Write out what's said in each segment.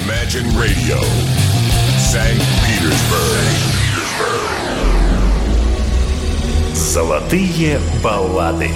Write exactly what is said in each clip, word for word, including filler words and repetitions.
Imagine Radio, Санкт-Петербург. Золотые баллады.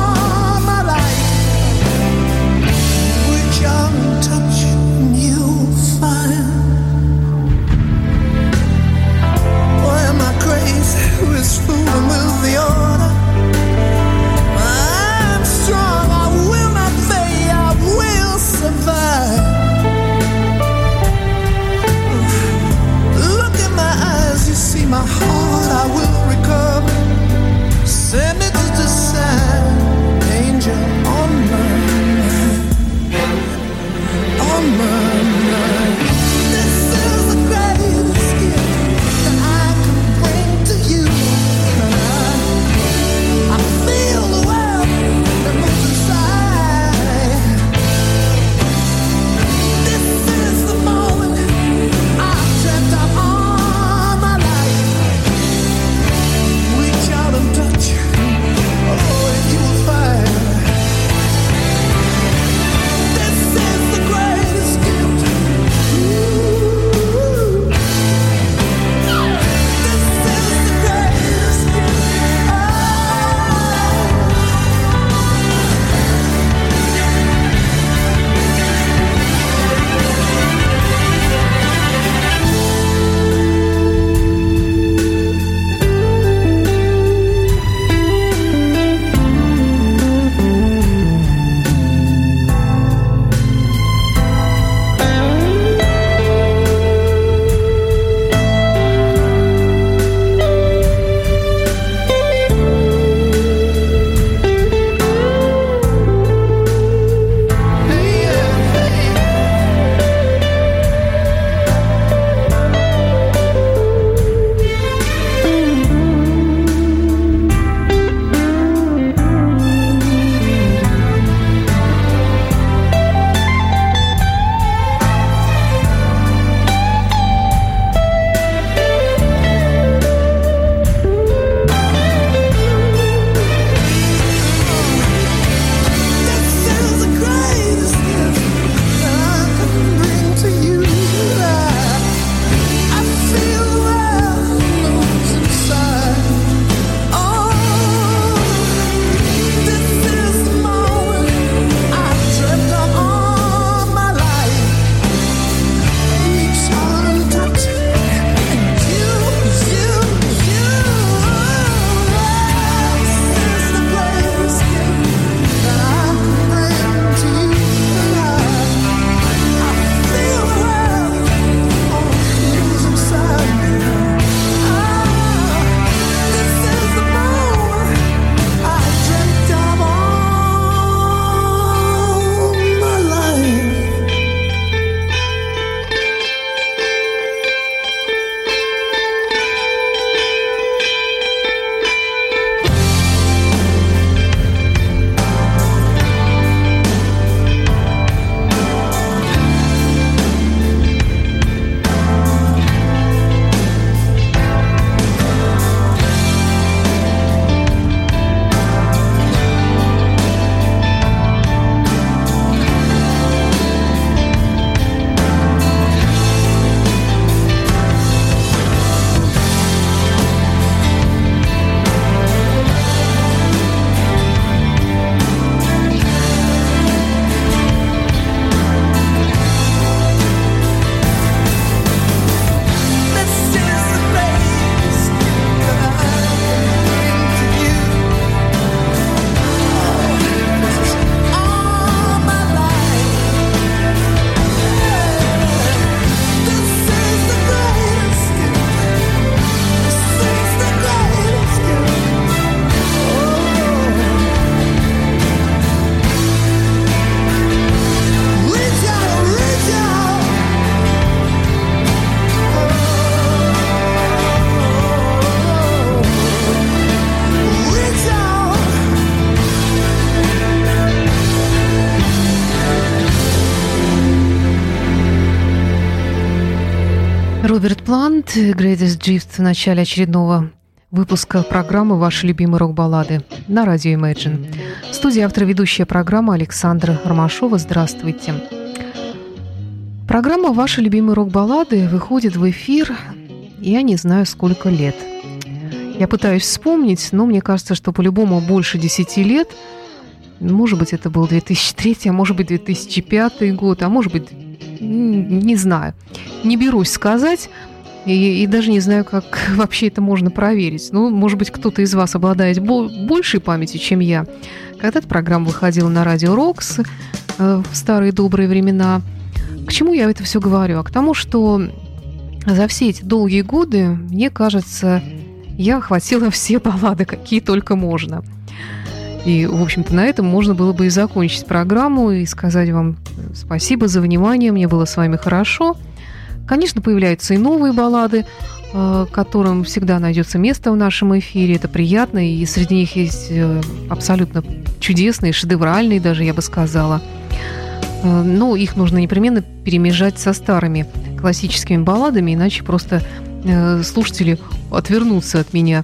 You Роберт Плант, Greatest Gift в начале очередного выпуска программы «Ваши любимые рок-баллады» на радио Imagine. В студии автор и ведущая программы Александра Ромашова. Здравствуйте. Программа «Ваши любимые рок-баллады» выходит в эфир, я не знаю, сколько лет. Я пытаюсь вспомнить, но мне кажется, что по-любому больше десяти лет. Может быть, это был две тысячи третий, а может быть, две тысячи пятый год, а может быть, не знаю. Не берусь сказать, и, и даже не знаю, как вообще это можно проверить. Ну, может быть, кто-то из вас обладает бо- большей памятью, чем я. Когда-то программа выходила на радио Рокс э, в старые добрые времена. К чему я это все говорю? А к тому, что за все эти долгие годы, мне кажется, я охватила все баллады, какие только можно. И, в общем-то, на этом можно было бы и закончить программу и сказать вам спасибо за внимание, мне было с вами хорошо. Конечно, появляются и новые баллады, которым всегда найдется место в нашем эфире. Это приятно, и среди них есть абсолютно чудесные, шедевральные даже, я бы сказала. Но их нужно непременно перемежать со старыми классическими балладами, иначе просто слушатели отвернутся от меня.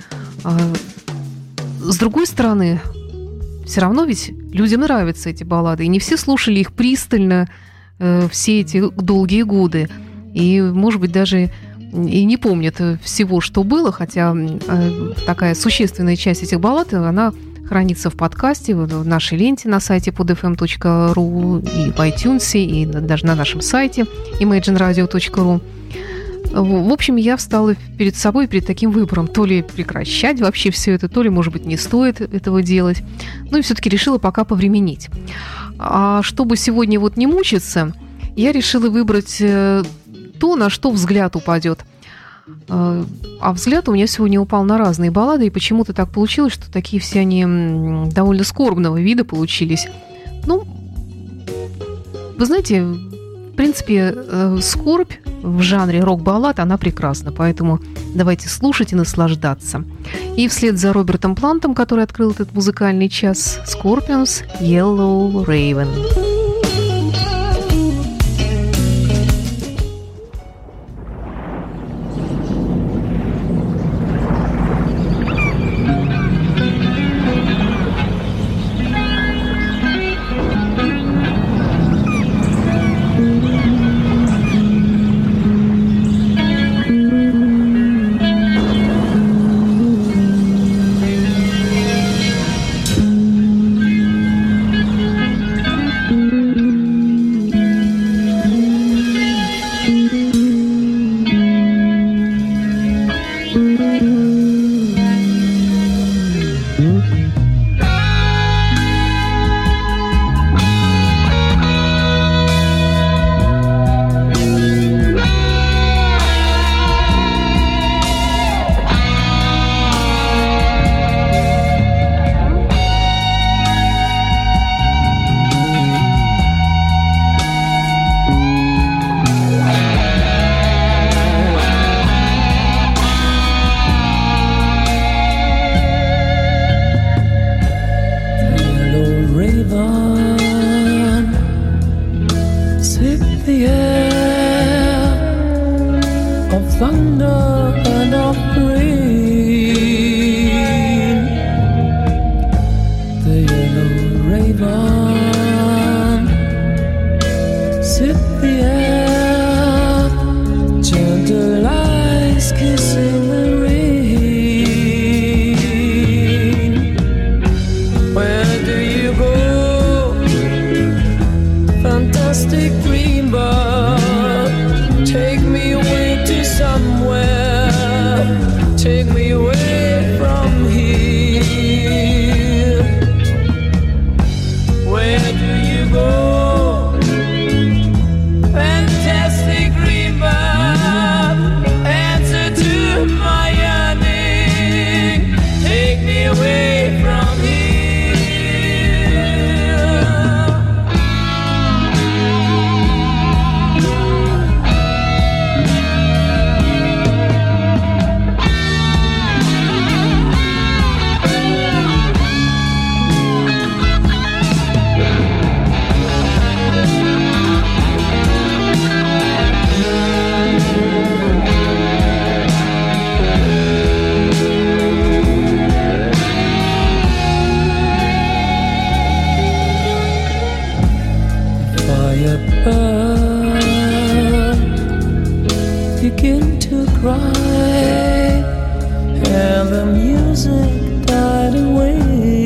С другой стороны, все равно ведь людям нравятся эти баллады, и не все слушали их пристально э, все эти долгие годы, и, может быть, даже и не помнят всего, что было, хотя э, такая существенная часть этих баллад, она хранится в подкасте, в нашей ленте на сайте под эф эм точка ру, и в iTunes, и даже на нашем сайте имэджин радио точка ру. В общем, я встала перед собой, перед таким выбором. То ли прекращать вообще все это, то ли, может быть, не стоит этого делать. Ну и все-таки решила пока повременить. А чтобы сегодня вот не мучиться, я решила выбрать то, на что взгляд упадет. А взгляд у меня сегодня упал на разные баллады, и почему-то так получилось, что такие все они довольно скорбного вида получились. Ну, вы знаете, в принципе, скорбь в жанре рок-баллад, она прекрасна, поэтому давайте слушать и наслаждаться. И вслед за Робертом Плантом, который открыл этот музыкальный час, Scorpions, Yellow Raven. Fantastic dream, but take me away to somewhere begin to cry, and the music died away.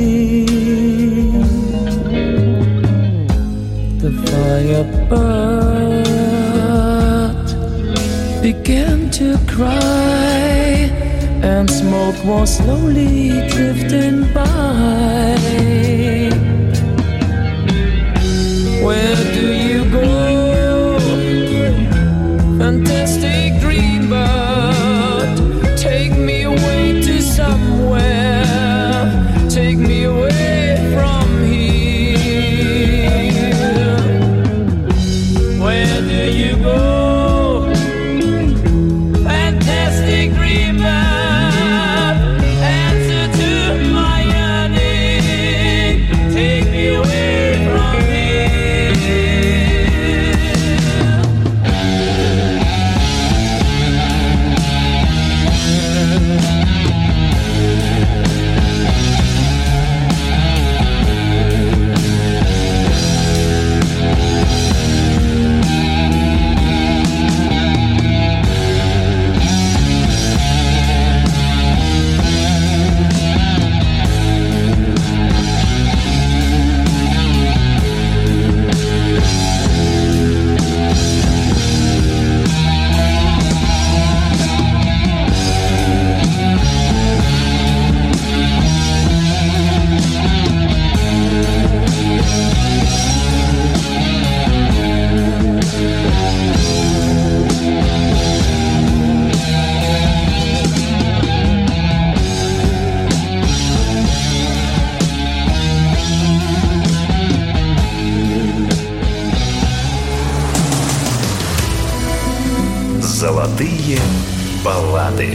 The firebird began to cry, and smoke was slowly drifting by. Where do you go, fantastic dreambird? Take me away to somewhere, take me away from here. Where do you go, fantastic dreambird? Answer to my yearning, take me away from Золотые баллады.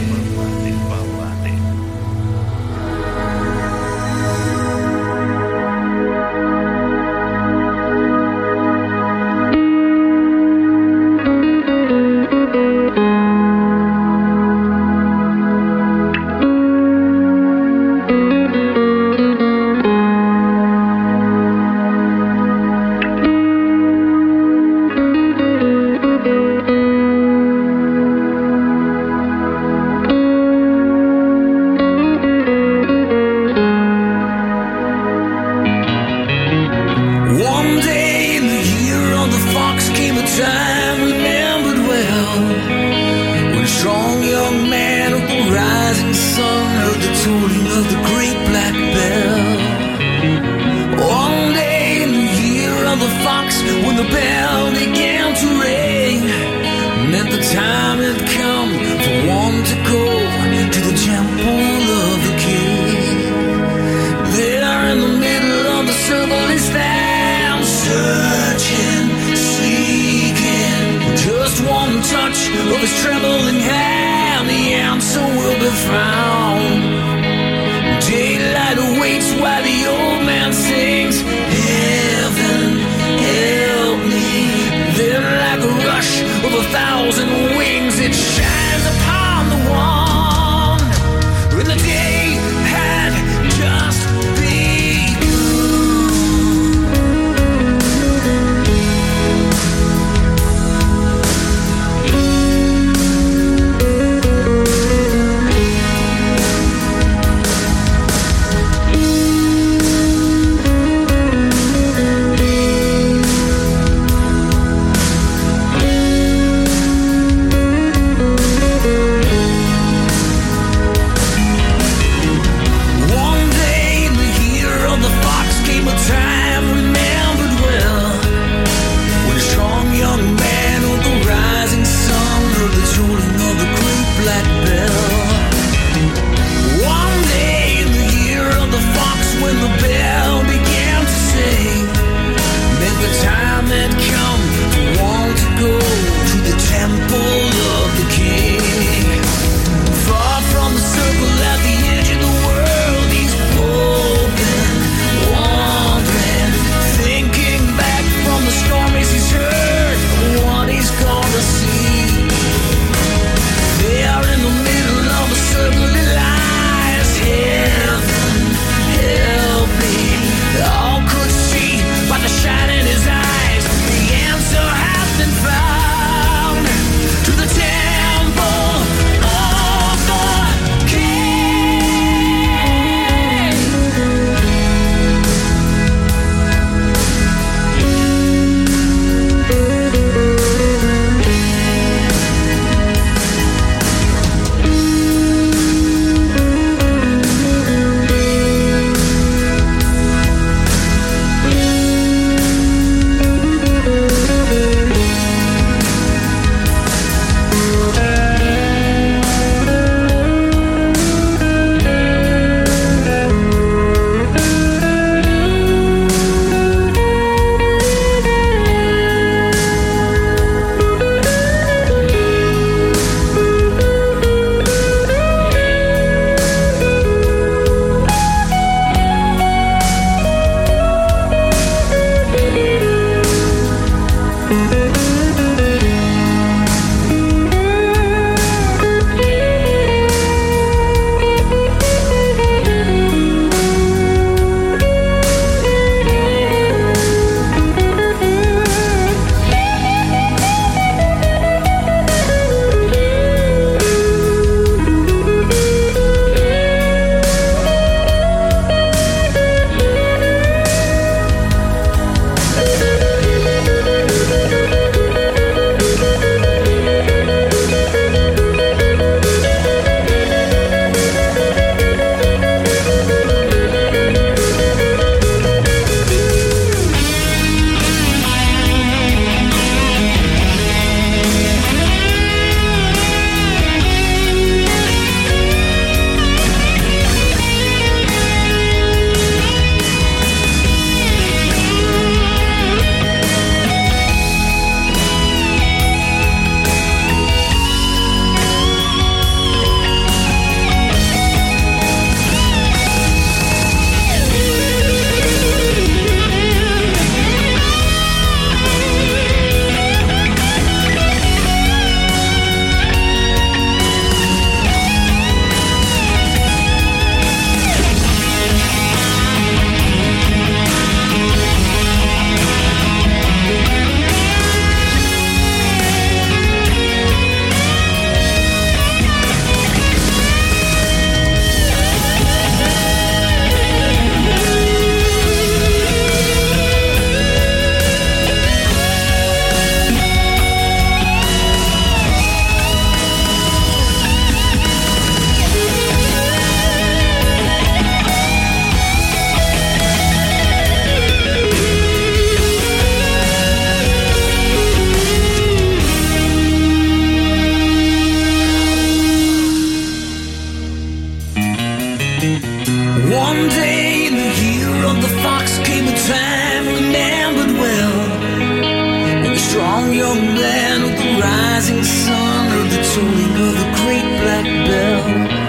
rising sun or the tolling of the great black bell.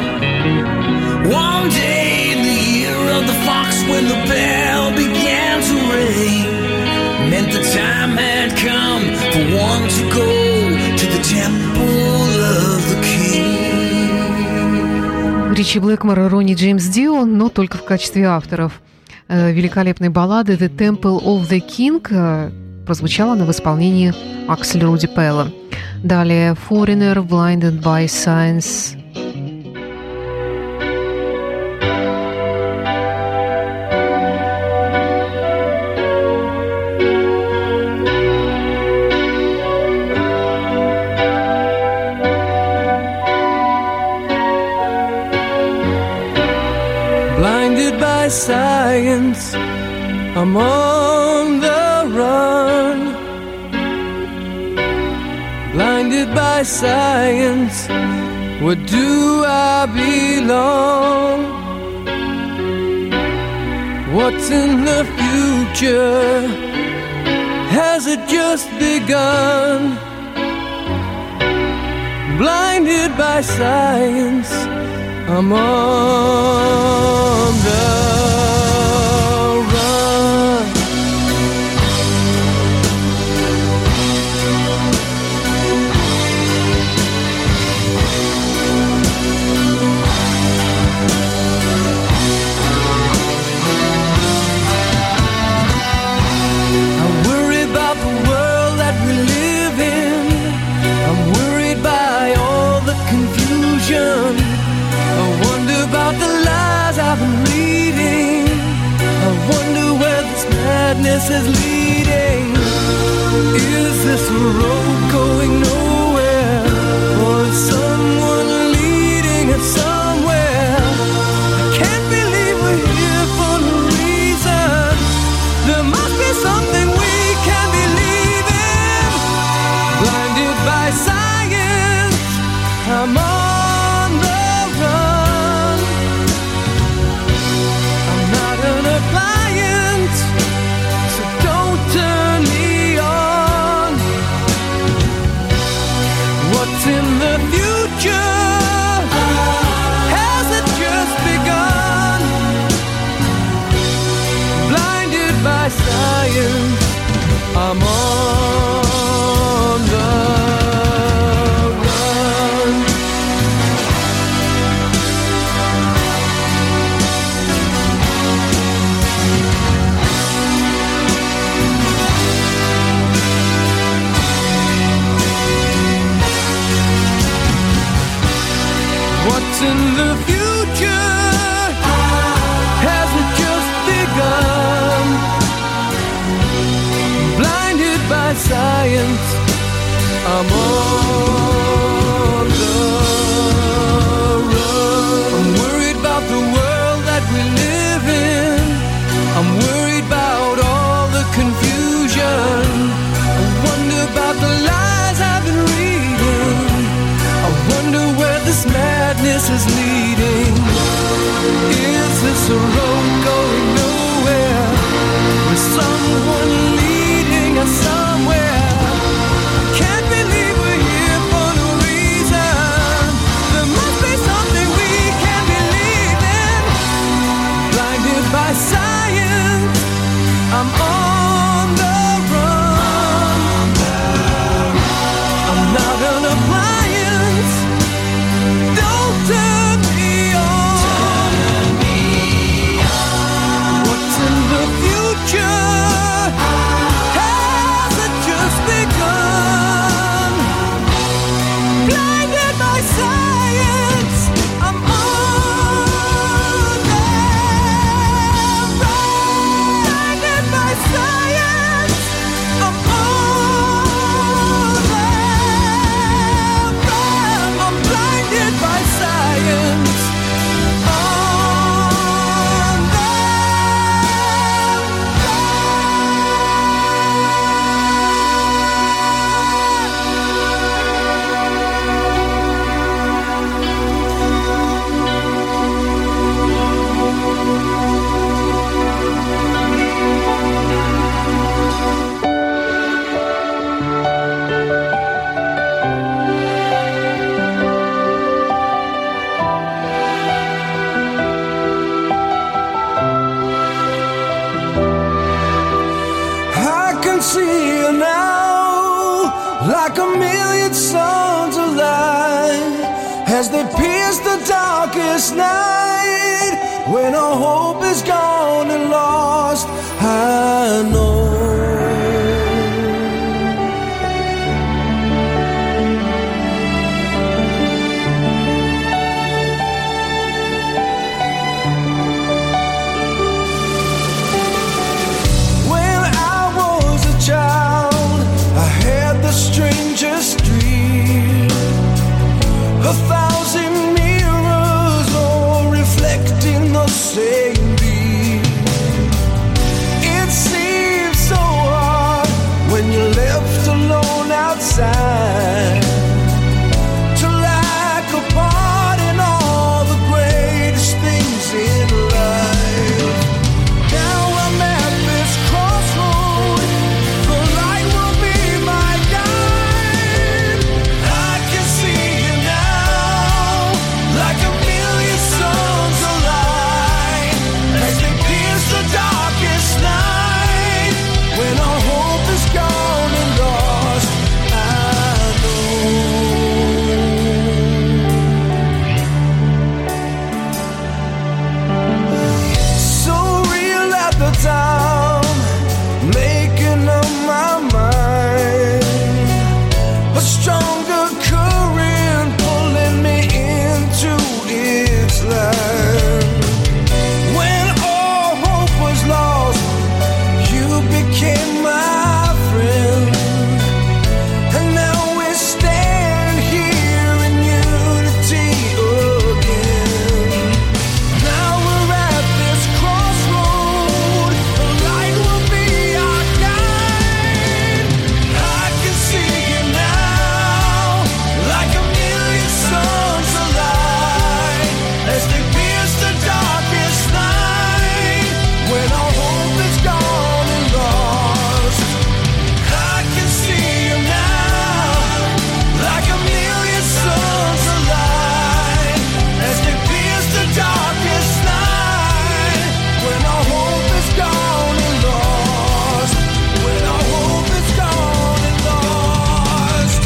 One day in the year of the fox, when the bell began to ring, meant the time had come for one to go to the temple of the king. Ричи Блэкмор и Ронни Джеймс Дио, но только в качестве авторов великолепной баллады «The Temple of the King» прозвучала она в исполнении Акселя Руди Пелла. Далее «Foreigner», «Blinded by Science». Blinded by science, I'm on the run. Blinded by science, where do I belong? What's in the future? Has it just begun? Blinded by science, I'm on the run. I worry about the world that we live in. I'm worried by all the confusion. I wonder about the lies I've been reading. I wonder where this madness is leading. Is this a road going nowhere? Or is someone leading us somewhere? I can't believe we're here for no reason. There must be something we can believe in. Blinded by science, I'm on. In the future, has it just begun? Blinded by science, I'm on the run. What's in the future? Has it just begun? Blinded by science, I'm on the run. I'm worried about the world that we live in. I'm worried about all the confusion. I wonder about the lies I've been reading. I wonder where this madness is leading. Is this a road going nowhere? With someone leading us somewhere? Can't believe we're here for no reason. There must be something we can believe in. Blinded by science, I'm on the run. I'm not an appliance. Don't turn sons alive as they pierce the darkest night. When all hope is gone and lost, I know strangest dream, a thousand mirrors all reflecting the same beam. It seems so hard when you're left alone outside to lack a part in all the greatest things in life. Now I'm at this crossroad, the light will be my guide. I can see you now, like a million suns alight, as they pierce the darkest night. When all hope is gone and lost, I know. So real at the time, making up my mind, a stronger current pulling me into its line. When all hope was lost, you became my friend, and now we stand here in unity again. Now we're at this crossroad, the light will be our guide. I can see you now, like a million suns alight, as they pierce the darkest night. When all hope is gone and lost, I can see you now, like a million suns alight, as they pierce the darkest night. When all hope is gone and lost, when all hope is gone and lost,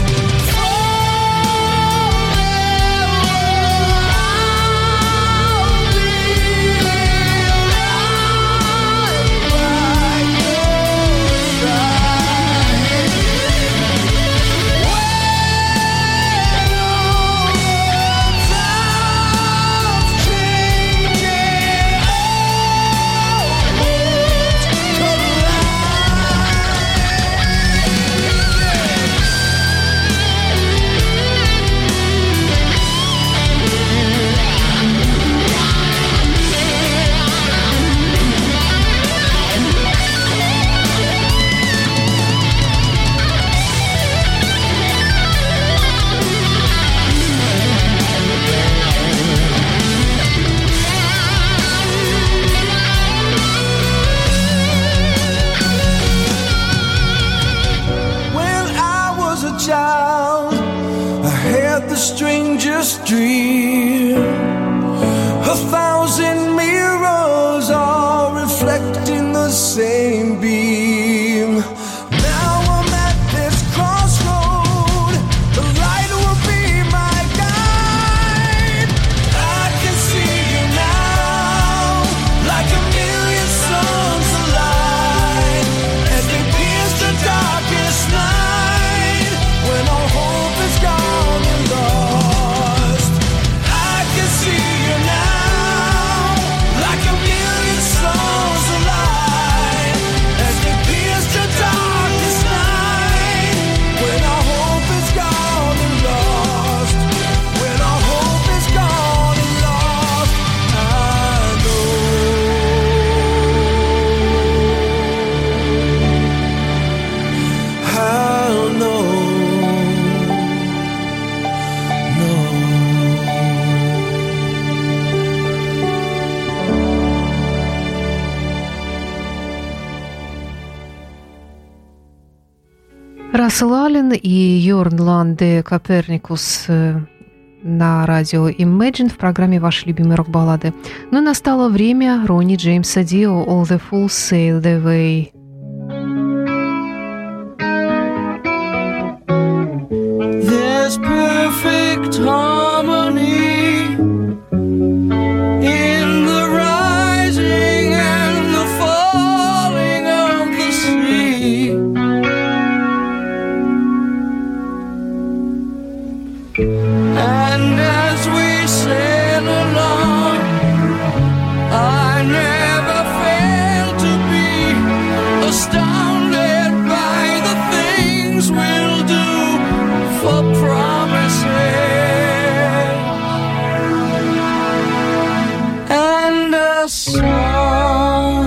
when I was a child, I had the strangest dream, a thousand mirrors all reflecting the same beam. Now I'm at this crossroad, the light will be my guide. I can see you now, like a million suns alight, as they pierce the darkest night. When all hope is gone and lost, I can see you now, like a million suns alight, as they pierce the darkest night. When all hope is gone and lost, when all hope is gone and lost, I know. I'll know. No. Рассел Аллен и Йорн Ланде Коперникус э, на радио Imagine в программе «Ваши любимые рок-баллады». Ну и настало время Ронни Джеймса Дио «All the Fools Sail Their Way». There there's perfect harmony in the rising and the falling of the sea. And as we sail along, I never fail to be astounded by the things we'll do for promises and a song.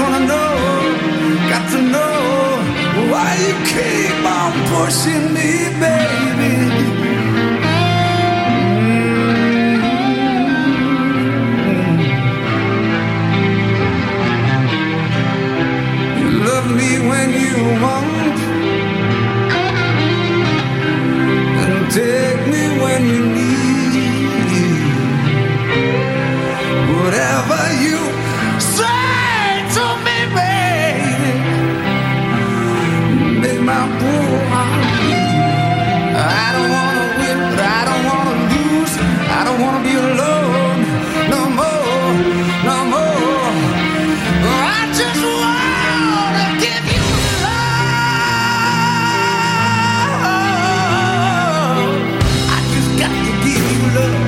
wanna know, got to know why you keep on pushing me, baby. Mm-hmm. You love me when you want, and take me when you need. Whatever you say to me, baby, make my poor heart beat. I don't wanna win, but I don't wanna lose. I don't wanna be alone no more, no more. I just wanna give you love. I just got to give you love.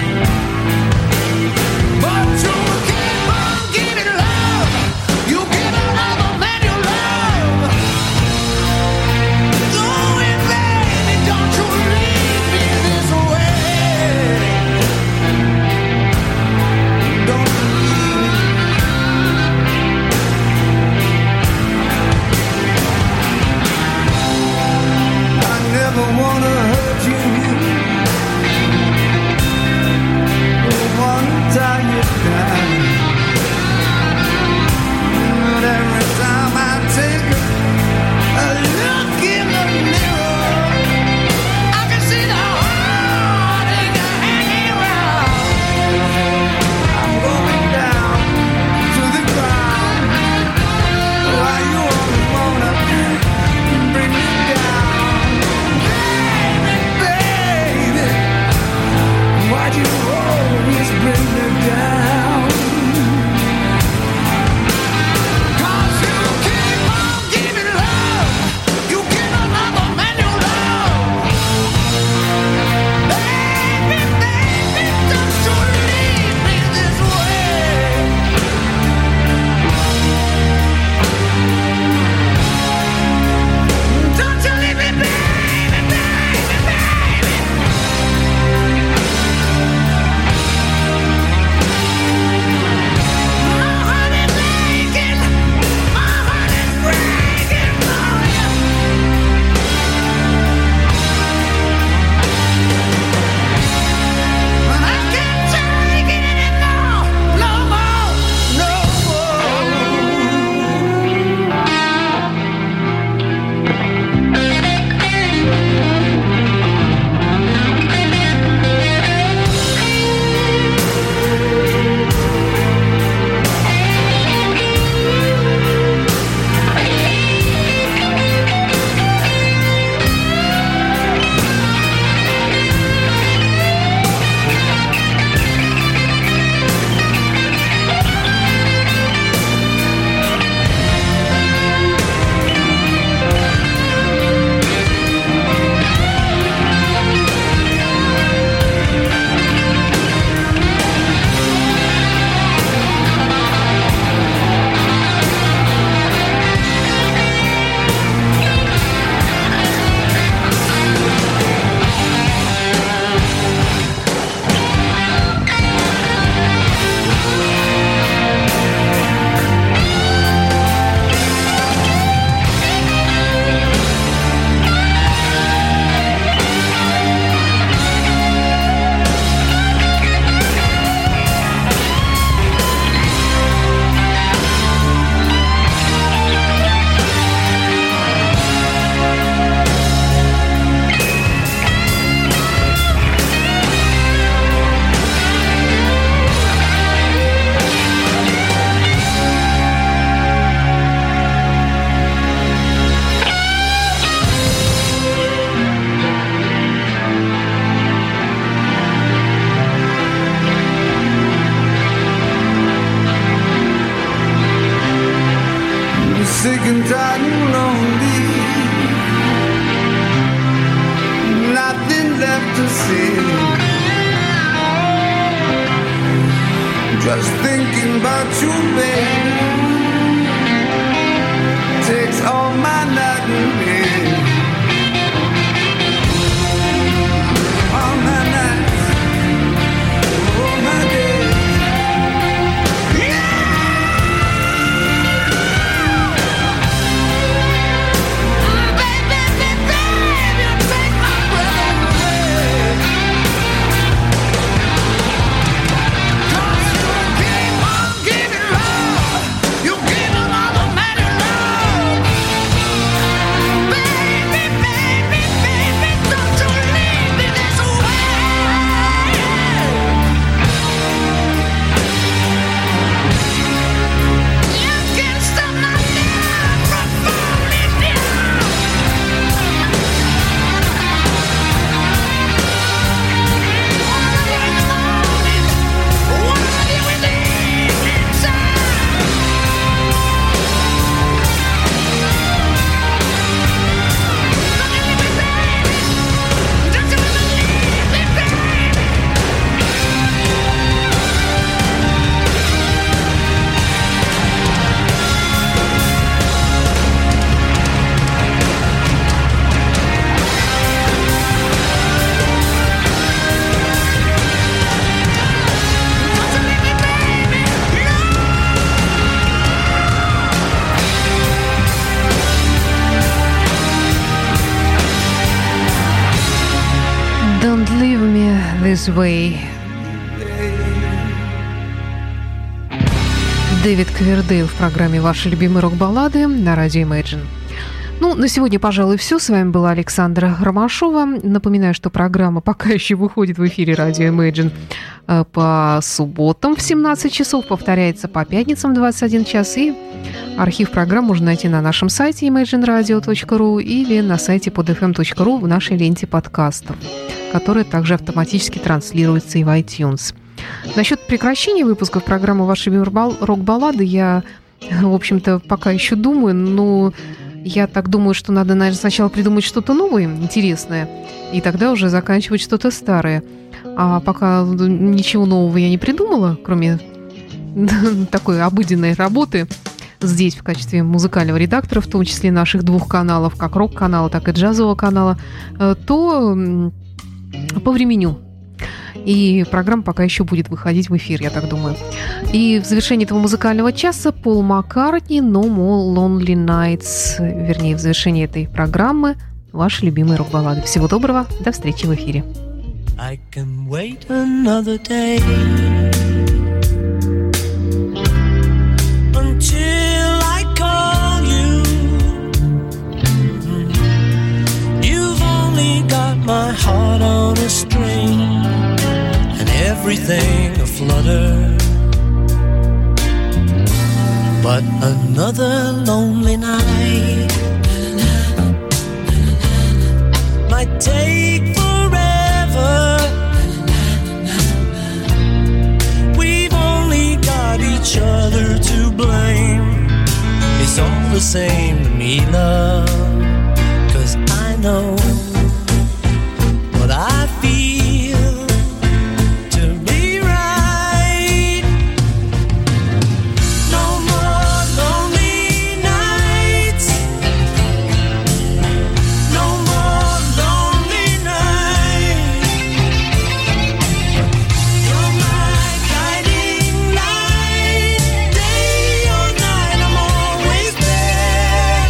sick and tired and lonely, nothing left to say. Just thinking about you, babe, takes all my night and day. All my nights, all my days. Yeah! Don't Leave Me This Way. Дэвид Ковердейл в программе «Ваши любимые рок-баллады» на радио Imagine. Ну, на сегодня, пожалуй, все. С вами была Александра Ромашова. Напоминаю, что программа пока еще выходит в эфире радио Imagine по субботам в семнадцать часов, повторяется по пятницам в двадцать один час, и архив программ можно найти на нашем сайте имэджин радио точка ру или на сайте под эф эм точка ру в нашей ленте подкастов, которая также автоматически транслируется и в iTunes. Насчет прекращения выпусков программы «Ваши рок-баллады» я, в общем-то, пока еще думаю, но я так думаю, что надо, наверное, сначала придумать что-то новое, интересное, и тогда уже заканчивать что-то старое. А пока ничего нового я не придумала, кроме такой обыденной работы здесь в качестве музыкального редактора, в том числе наших двух каналов, как рок-канала, так и джазового канала, то повременю. И программа пока еще будет выходить в эфир, я так думаю. И в завершении этого музыкального часа Пол Маккартни «No More Lonely Nights», вернее, в завершении этой программы ваши любимые рок-баллады. Всего доброго, до встречи в эфире. I can wait another day until I call you. You've only got my heart on a string and everything aflutter. But another lonely night might take forever. We've only got each other to blame. It's all the same to me, love, 'cause I know what I feel to be right. No more lonely nights. No more lonely nights. You're my guiding light. Day or night, I'm always there.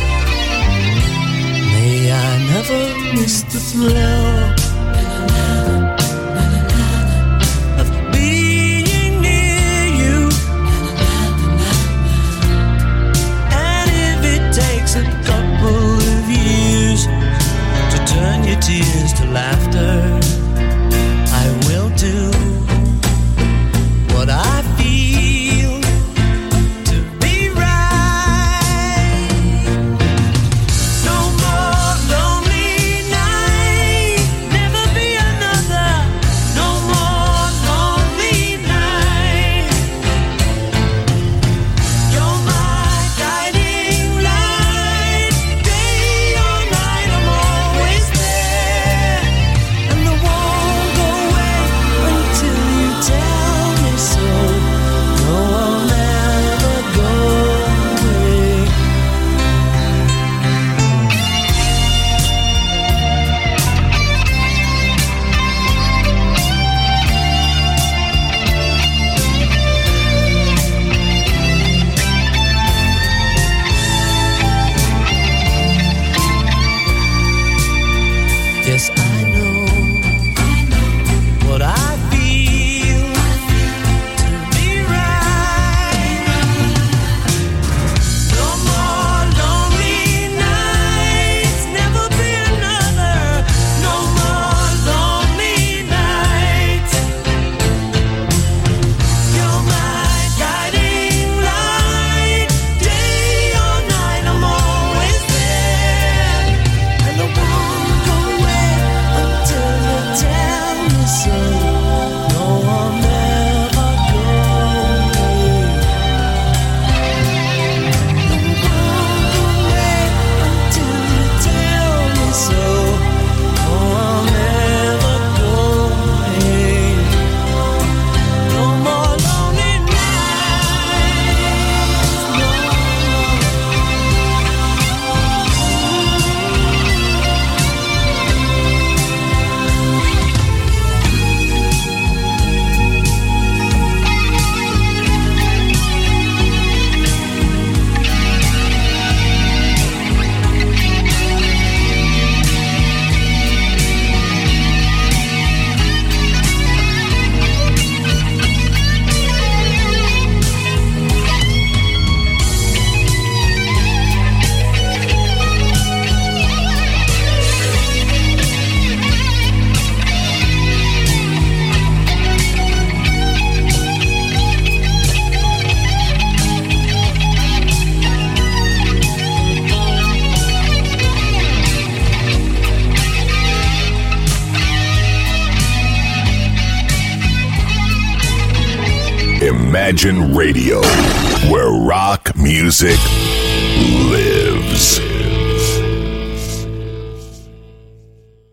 Imagine Radio, where rock music lives.